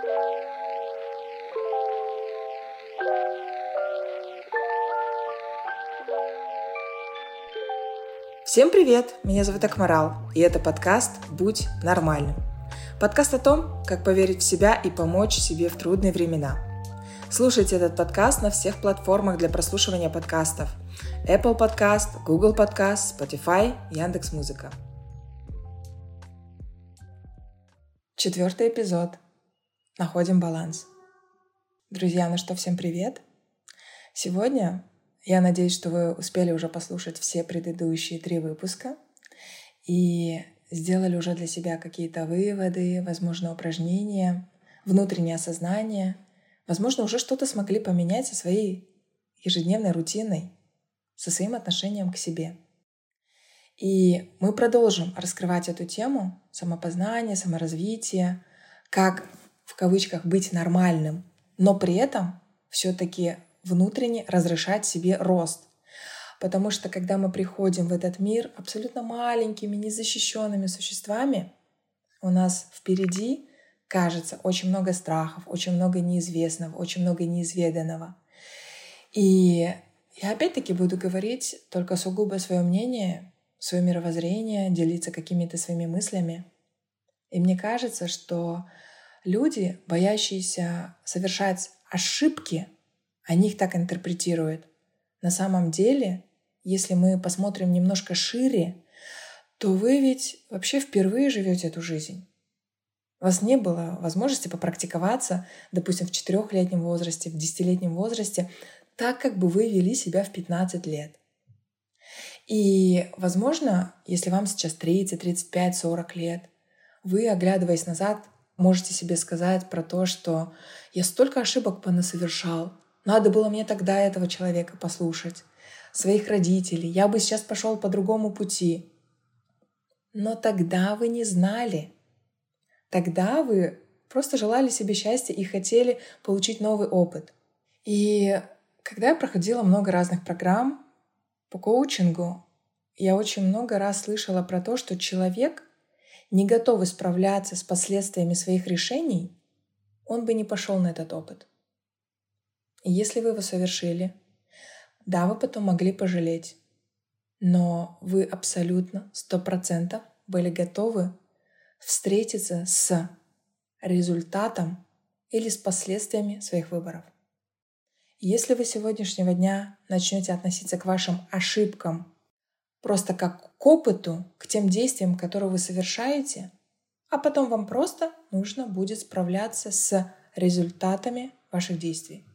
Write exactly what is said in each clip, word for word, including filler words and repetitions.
Всем привет! Меня зовут Акмарал, и это подкаст «Будь нормальным». Подкаст о том, как поверить в себя и помочь себе в трудные времена. Слушайте этот подкаст на всех платформах для прослушивания подкастов: Apple Podcast, Google Podcast, Spotify, Яндекс.Музыка. Четвертый эпизод. Находим баланс. Друзья, ну что, всем привет! Сегодня я надеюсь, что вы успели уже послушать все предыдущие три выпуска и сделали уже для себя какие-то выводы, возможно, упражнения, внутреннее осознание. Возможно, уже что-то смогли поменять со своей ежедневной рутиной, со своим отношением к себе. И мы продолжим раскрывать эту тему самопознания, саморазвития, как в кавычках быть нормальным, но при этом все-таки внутренне разрешать себе рост. Потому что когда мы приходим в этот мир абсолютно маленькими, незащищенными существами, у нас впереди, кажется, очень много страхов, очень много неизвестного, очень много неизведанного. И я опять-таки буду говорить только сугубо свое мнение, свое мировоззрение, делиться какими-то своими мыслями. И мне кажется, что люди, боящиеся совершать ошибки, они их так интерпретируют. На самом деле, если мы посмотрим немножко шире, то вы ведь вообще впервые живете эту жизнь. У вас не было возможности попрактиковаться, допустим, в четырехлетнем возрасте, в десятилетнем возрасте, так, как бы вы вели себя в пятнадцать лет. И, возможно, если вам сейчас тридцать, тридцать пять, сорок лет, вы, оглядываясь назад, можете себе сказать про то, что я столько ошибок понасовершал, надо было мне тогда этого человека послушать, своих родителей, я бы сейчас пошел по другому пути. Но тогда вы не знали. Тогда вы просто желали себе счастья и хотели получить новый опыт. И когда я проходила много разных программ по коучингу, я очень много раз слышала про то, что человек, не готовый справляться с последствиями своих решений, он бы не пошел на этот опыт. И если вы его совершили, да, вы потом могли пожалеть, но вы абсолютно, сто процентов были готовы встретиться с результатом или с последствиями своих выборов. И если вы с сегодняшнего дня начнете относиться к вашим ошибкам просто как к опыту, к тем действиям, которые вы совершаете, а потом вам просто нужно будет справляться с результатами ваших действий,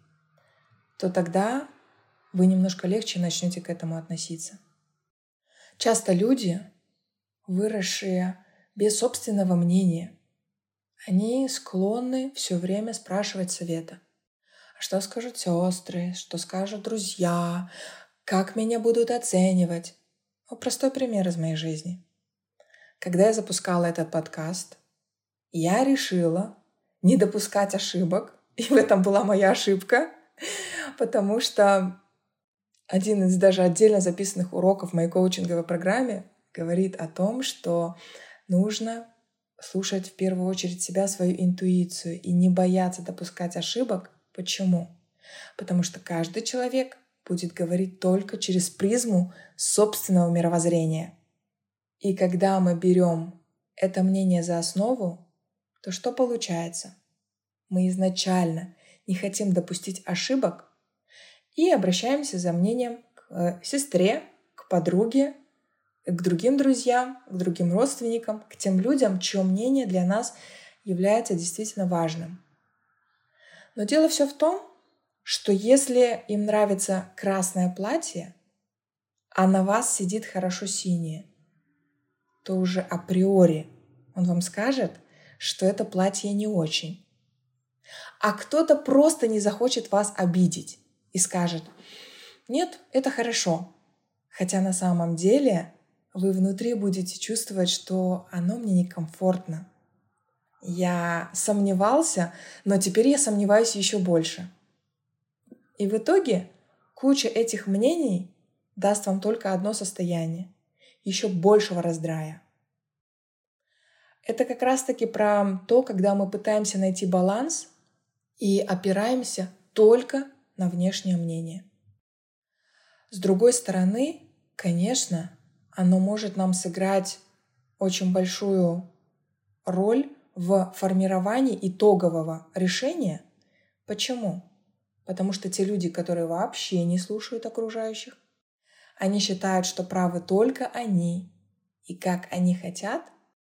то тогда вы немножко легче начнете к этому относиться. Часто люди, выросшие без собственного мнения, они склонны все время спрашивать совета. А что скажут сестры, что скажут друзья, как меня будут оценивать? Ну, простой пример из моей жизни. Когда я запускала этот подкаст, я решила не допускать ошибок, и в этом была моя ошибка, потому что один из даже отдельно записанных уроков в моей коучинговой программе говорит о том, что нужно слушать в первую очередь себя, свою интуицию, и не бояться допускать ошибок. Почему? Потому что каждый человек будет говорить только через призму собственного мировоззрения. И когда мы берем это мнение за основу, то что получается? Мы изначально не хотим допустить ошибок и обращаемся за мнением к сестре, к подруге, к другим друзьям, к другим родственникам, к тем людям, чье мнение для нас является действительно важным. Но дело все в том, что если им нравится красное платье, а на вас сидит хорошо синее, то уже априори он вам скажет, что это платье не очень. А кто-то просто не захочет вас обидеть и скажет: нет, это хорошо. Хотя на самом деле вы внутри будете чувствовать, что оно мне некомфортно. Я сомневался, но теперь я сомневаюсь еще больше. И в итоге куча этих мнений даст вам только одно состояние — еще большего раздрая. Это как раз-таки про то, когда мы пытаемся найти баланс и опираемся только на внешнее мнение. С другой стороны, конечно, оно может нам сыграть очень большую роль в формировании итогового решения. Почему? Потому что те люди, которые вообще не слушают окружающих, они считают, что правы только они, и как они хотят,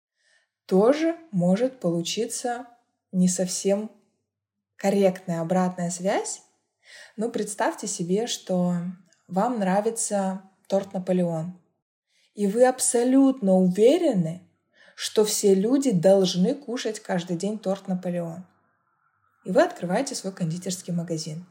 тоже может получиться не совсем корректная обратная связь. Но представьте себе, что вам нравится торт «Наполеон», и вы абсолютно уверены, что все люди должны кушать каждый день торт «Наполеон». И вы открываете свой кондитерский магазин.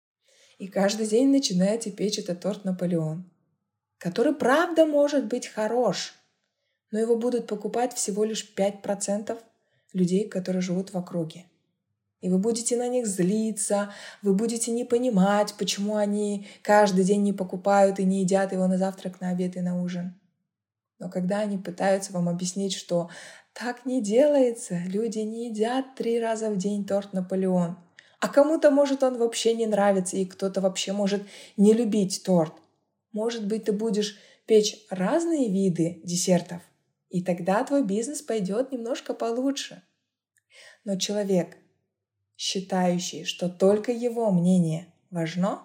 И каждый день начинаете печь этот торт «Наполеон», который правда может быть хорош, но его будут покупать всего лишь пять процентов людей, которые живут в округе. И вы будете на них злиться, вы будете не понимать, почему они каждый день не покупают и не едят его на завтрак, на обед и на ужин. Но когда они пытаются вам объяснить, что так не делается, люди не едят три раза в день торт «Наполеон», а кому-то, может, он вообще не нравится, и кто-то вообще может не любить торт. Может быть, ты будешь печь разные виды десертов, и тогда твой бизнес пойдет немножко получше. Но человек, считающий, что только его мнение важно,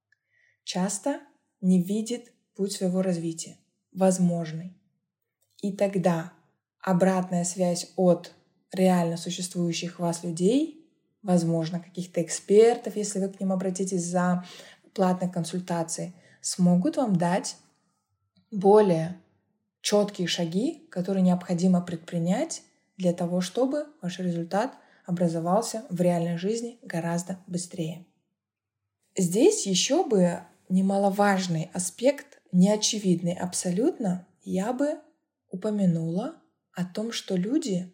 часто не видит путь своего развития, возможный. И тогда обратная связь от реально существующих вас людей, возможно, каких-то экспертов, если вы к ним обратитесь за платной консультацией, смогут вам дать более четкие шаги, которые необходимо предпринять для того, чтобы ваш результат образовался в реальной жизни гораздо быстрее. Здесь еще бы немаловажный аспект, неочевидный абсолютно, я бы упомянула о том, что люди,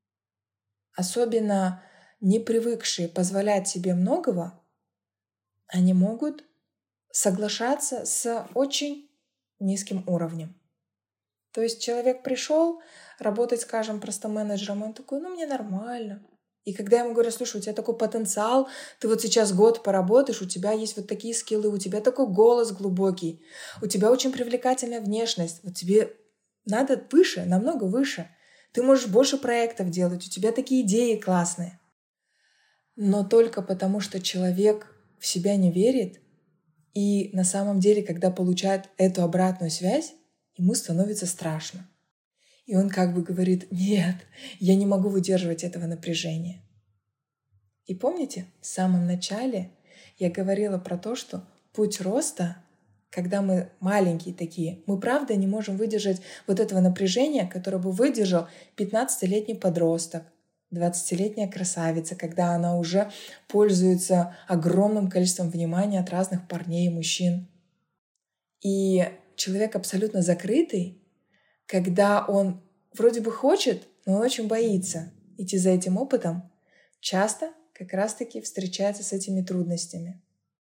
особенно не привыкшие позволять себе многого, они могут соглашаться с очень низким уровнем. То есть человек пришел работать, скажем, просто менеджером, он такой, ну мне нормально. И когда я ему говорю, слушай, у тебя такой потенциал, ты вот сейчас год поработаешь, у тебя есть вот такие скиллы, у тебя такой голос глубокий, у тебя очень привлекательная внешность, вот тебе надо выше, намного выше. Ты можешь больше проектов делать, у тебя такие идеи классные. Но только потому, что человек в себя не верит, и на самом деле, когда получает эту обратную связь, ему становится страшно. И он как бы говорит, нет, я не могу выдерживать этого напряжения. И помните, в самом начале я говорила про то, что путь роста, когда мы маленькие такие, мы правда не можем выдержать вот этого напряжения, которое бы выдержал пятнадцатилетний подросток, двадцатилетняя красавица, когда она уже пользуется огромным количеством внимания от разных парней и мужчин. И человек абсолютно закрытый, когда он вроде бы хочет, но он очень боится идти за этим опытом, часто как раз-таки встречается с этими трудностями.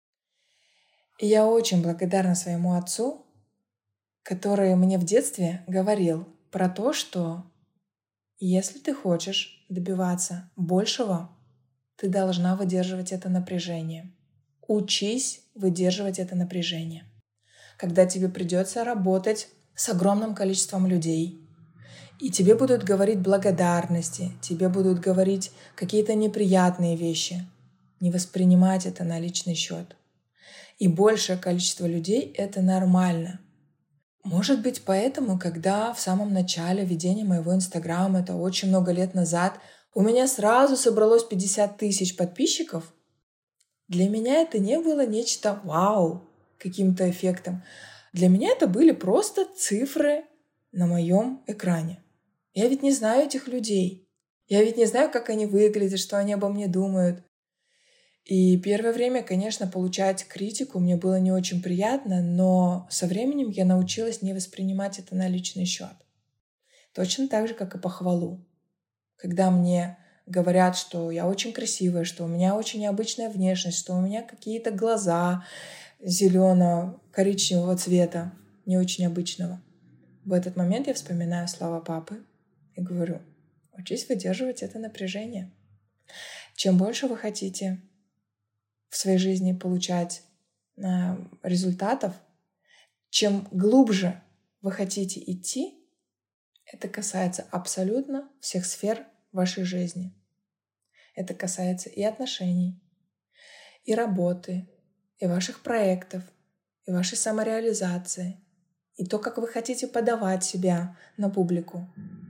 И я очень благодарна своему отцу, который мне в детстве говорил про то, что если ты хочешь добиваться большего, ты должна выдерживать это напряжение. Учись выдерживать это напряжение. Когда тебе придется работать с огромным количеством людей, и тебе будут говорить благодарности, тебе будут говорить какие-то неприятные вещи, не воспринимать это на личный счет. И большее количество людей — это нормально. Может быть, поэтому, когда в самом начале ведения моего Инстаграма, это очень много лет назад, у меня сразу собралось пятьдесят тысяч подписчиков, для меня это не было нечто вау, каким-то эффектом. Для меня это были просто цифры на моем экране. Я ведь не знаю этих людей. Я ведь не знаю, как они выглядят, что они обо мне думают. И первое время, конечно, получать критику мне было не очень приятно, но со временем я научилась не воспринимать это на личный счет. Точно так же, как и похвалу. Когда мне говорят, что я очень красивая, что у меня очень необычная внешность, что у меня какие-то глаза зелено-коричневого цвета, не очень обычного. В этот момент я вспоминаю слова папы и говорю, учись выдерживать это напряжение. Чем больше вы хотите в своей жизни получать э, результатов, чем глубже вы хотите идти, это касается абсолютно всех сфер вашей жизни. Это касается и отношений, и работы, и ваших проектов, и вашей самореализации, и то, как вы хотите подавать себя на публику,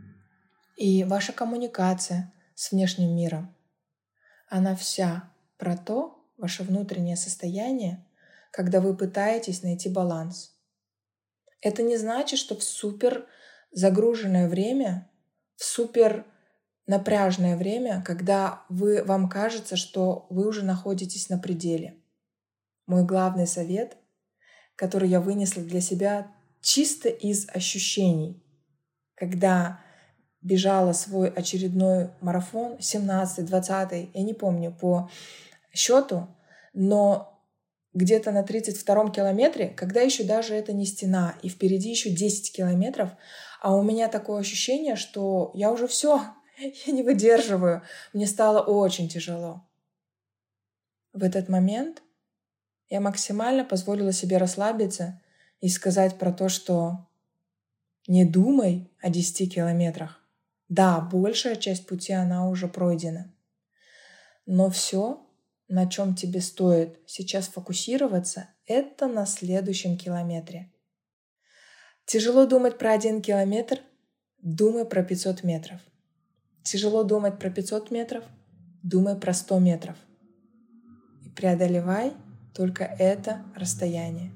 и ваша коммуникация с внешним миром. Она вся про то, ваше внутреннее состояние, когда вы пытаетесь найти баланс. Это не значит, что в супер загруженное время, в супер напряжное время, когда вы, вам кажется, что вы уже находитесь на пределе. Мой главный совет, который я вынесла для себя чисто из ощущений, когда бежала свой очередной марафон, семнадцатый, двадцатый, я не помню по счету, но где-то на тридцать втором километре, когда еще даже это не стена, и впереди еще десять километров, а у меня такое ощущение, что я уже все, я не выдерживаю. Мне стало очень тяжело. В этот момент я максимально позволила себе расслабиться и сказать про то, что не думай о десяти километрах. Да, большая часть пути она уже пройдена. Но все, на чем тебе стоит сейчас фокусироваться, это на следующем километре. Тяжело думать про один километр, думай про пятьсот метров. Тяжело думать про пятьсот метров, думай про сто метров. И преодолевай только это расстояние.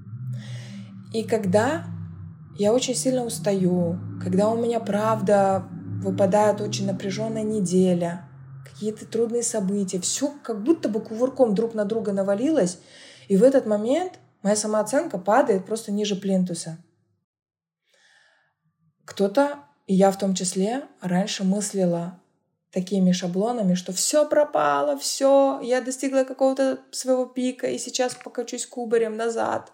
И когда я очень сильно устаю, когда у меня, правда, выпадает очень напряженная неделя, какие-то трудные события, все как будто бы кувырком друг на друга навалилось, и в этот момент моя самооценка падает просто ниже плинтуса. Кто-то, и я в том числе, раньше мыслила такими шаблонами, что все пропало, все, я достигла какого-то своего пика, и сейчас покачусь кубарем назад.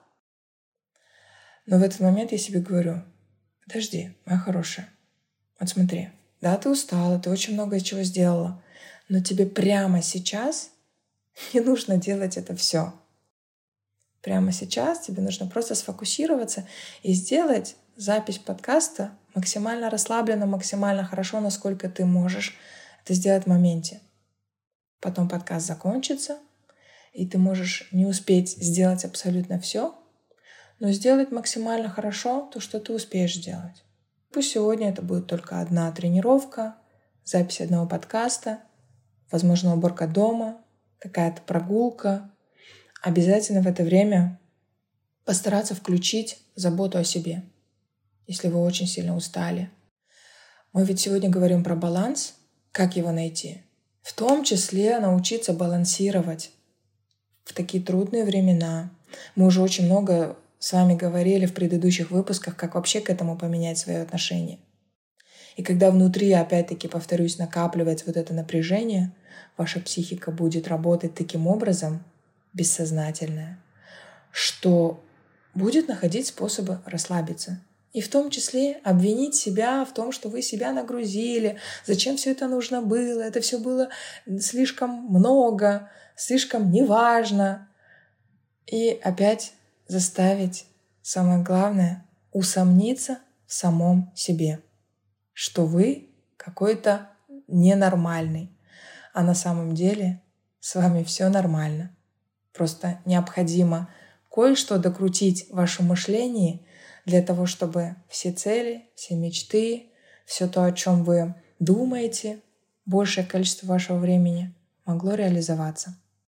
Но в этот момент я себе говорю: подожди, моя хорошая, вот смотри, да, ты устала, ты очень много чего сделала, но тебе прямо сейчас не нужно делать это все. Прямо сейчас тебе нужно просто сфокусироваться и сделать запись подкаста максимально расслабленно, максимально хорошо, насколько ты можешь это сделать в моменте. Потом подкаст закончится, и ты можешь не успеть сделать абсолютно все, но сделать максимально хорошо то, что ты успеешь сделать. Пусть сегодня это будет только одна тренировка, запись одного подкаста, возможно, уборка дома, какая-то прогулка. Обязательно в это время постараться включить заботу о себе, если вы очень сильно устали. Мы ведь сегодня говорим про баланс, как его найти. В том числе научиться балансировать в такие трудные времена. Мы уже очень много с вами говорили в предыдущих выпусках, как вообще к этому поменять свое отношение. И когда внутри, опять-таки, повторюсь, накапливается вот это напряжение, ваша психика будет работать таким образом, бессознательная, что будет находить способы расслабиться. И в том числе обвинить себя в том, что вы себя нагрузили, зачем все это нужно было, это все было слишком много, слишком неважно. И опять заставить, самое главное, усомниться в самом себе, что вы какой-то ненормальный, а на самом деле с вами все нормально. Просто необходимо кое-что докрутить в вашем мышлении для того, чтобы все цели, все мечты, все то, о чем вы думаете, большее количество вашего времени могло реализоваться.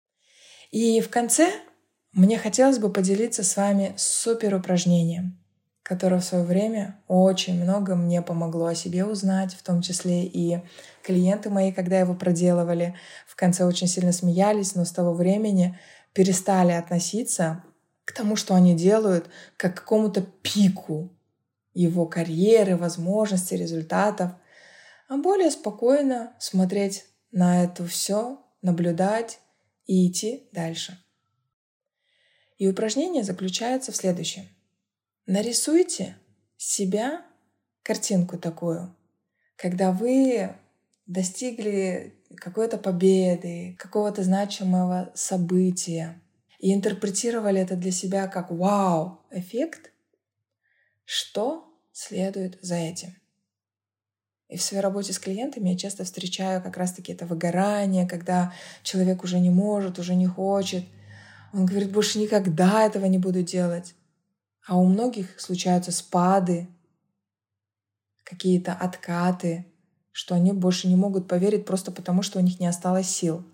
И в конце мне хотелось бы поделиться с вами супер упражнением, которое в свое время очень много мне помогло о себе узнать, в том числе и клиенты мои, когда его проделывали, в конце очень сильно смеялись, но с того времени перестали относиться к тому, что они делают, как к какому-то пику его карьеры, возможностей, результатов, а более спокойно смотреть на это все, наблюдать и идти дальше. И упражнение заключается в следующем. Нарисуйте себя, картинку такую, когда вы достигли какой-то победы, какого-то значимого события и интерпретировали это для себя как вау-эффект, что следует за этим? И в своей работе с клиентами я часто встречаю как раз-таки это выгорание, когда человек уже не может, уже не хочет. Он говорит, больше никогда этого не буду делать. А у многих случаются спады, какие-то откаты, что они больше не могут поверить просто потому, что у них не осталось сил.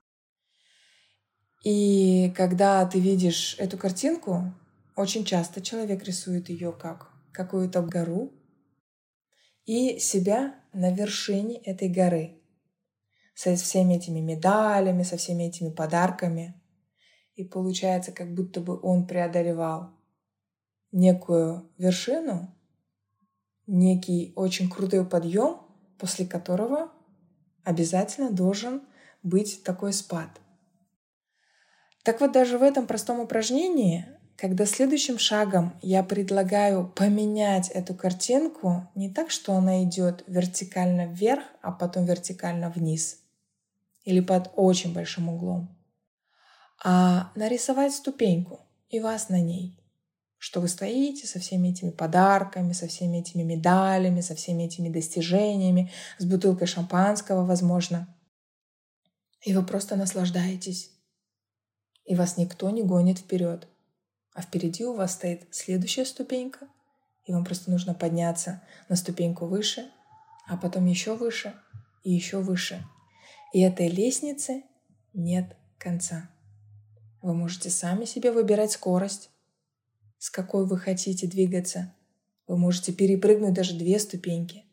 И когда ты видишь эту картинку, очень часто человек рисует ее как какую-то гору и себя на вершине этой горы со всеми этими медалями, со всеми этими подарками. И получается, как будто бы он преодолевал некую вершину, некий очень крутой подъем, после которого обязательно должен быть такой спад. Так вот, даже в этом простом упражнении, когда следующим шагом я предлагаю поменять эту картинку, не так, что она идет вертикально вверх, а потом вертикально вниз или под очень большим углом, а нарисовать ступеньку и вас на ней, что вы стоите со всеми этими подарками, со всеми этими медалями, со всеми этими достижениями, с бутылкой шампанского, возможно, и вы просто наслаждаетесь. И вас никто не гонит вперед. А впереди у вас стоит следующая ступенька, и вам просто нужно подняться на ступеньку выше, а потом еще выше и еще выше. И этой лестницы нет конца. Вы можете сами себе выбирать скорость, с какой вы хотите двигаться. Вы можете перепрыгнуть даже две ступеньки.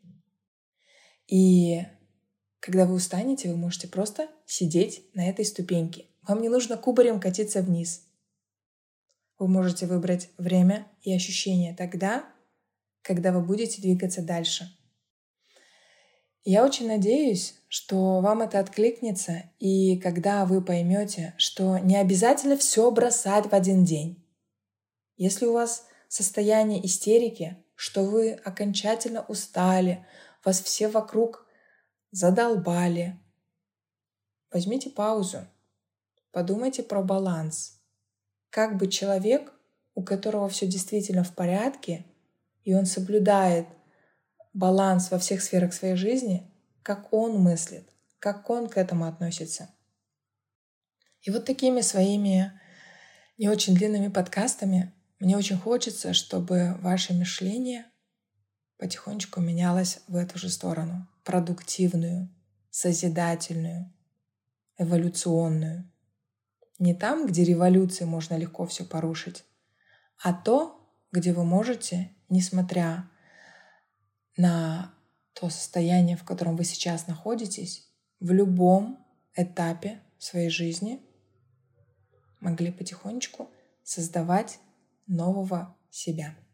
И когда вы устанете, вы можете просто сидеть на этой ступеньке. Вам не нужно кубарем катиться вниз. Вы можете выбрать время и ощущения тогда, когда вы будете двигаться дальше. Я очень надеюсь, что вам это откликнется, и когда вы поймете, что не обязательно все бросать в один день. Если у вас состояние истерики, что вы окончательно устали, вас все вокруг задолбали, возьмите паузу, подумайте про баланс. Как бы человек, у которого все действительно в порядке, и он соблюдает баланс во всех сферах своей жизни, как он мыслит, как он к этому относится. И вот такими своими не очень длинными подкастами мне очень хочется, чтобы ваше мышление потихонечку менялось в эту же сторону, продуктивную, созидательную, эволюционную. Не там, где революции можно легко все порушить, а то, где вы можете, несмотря на то состояние, в котором вы сейчас находитесь, в любом этапе своей жизни могли потихонечку создавать нового себя.